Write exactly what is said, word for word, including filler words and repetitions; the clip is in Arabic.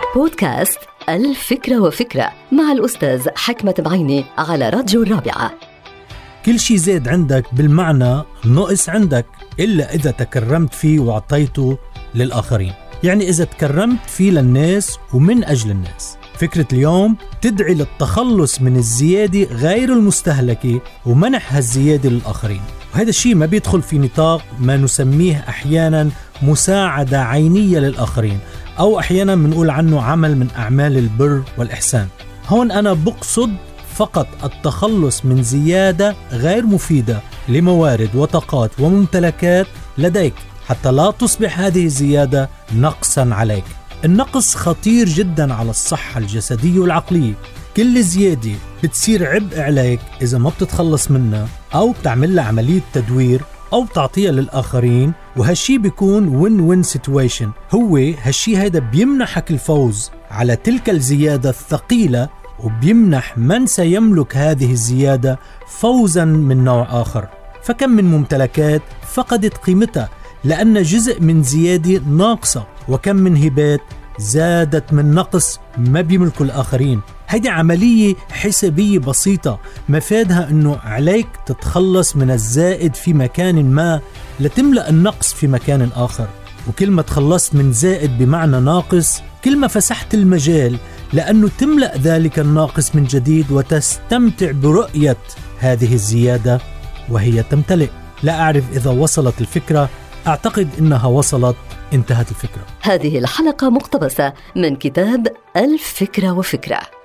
بودكاست الفكرة وفكرة مع الأستاذ حكمة بعيني على راديو الرابعة. كل شيء زاد عندك بالمعنى نقص عندك إلا إذا تكرمت فيه وعطيته للآخرين. يعني إذا تكرمت فيه للناس ومن أجل الناس. فكرة اليوم تدعي للتخلص من الزيادة غير المستهلكة ومنح هالزيادة للآخرين، وهذا الشيء ما بيدخل في نطاق ما نسميه أحيانا مساعدة عينية للآخرين، أو أحيانا بنقول عنه عمل من أعمال البر والإحسان. هون أنا بقصد فقط التخلص من زيادة غير مفيدة لموارد وطاقات وممتلكات لديك حتى لا تصبح هذه الزيادة نقصا عليك. النقص خطير جدا على الصحة الجسدية والعقلية. كل زيادة بتصير عبء عليك إذا ما بتتخلص منها أو بتعمل لها عملية تدوير أو تعطيها للآخرين، وهالشي بيكون وين وين سيتويشن. هو هالشي هيدا بيمنحك الفوز على تلك الزيادة الثقيلة، وبيمنح من سيملك هذه الزيادة فوزا من نوع آخر. فكم من ممتلكات فقدت قيمتها لأن جزء من زيادة ناقصة، وكم من هبات زادت من نقص ما بيملكوا الآخرين. هيدي عملية حسابية بسيطة مفادها أنه عليك تتخلص من الزائد في مكان ما لتملأ النقص في مكان آخر. وكل ما تخلصت من زائد بمعنى ناقص كل ما فسحت المجال لأنه تملأ ذلك الناقص من جديد وتستمتع برؤية هذه الزيادة وهي تمتلئ. لا أعرف إذا وصلت الفكرة، أعتقد إنها وصلت. انتهت الفكرة. هذه الحلقة مقتبسة من كتاب الفكرة وفكرة.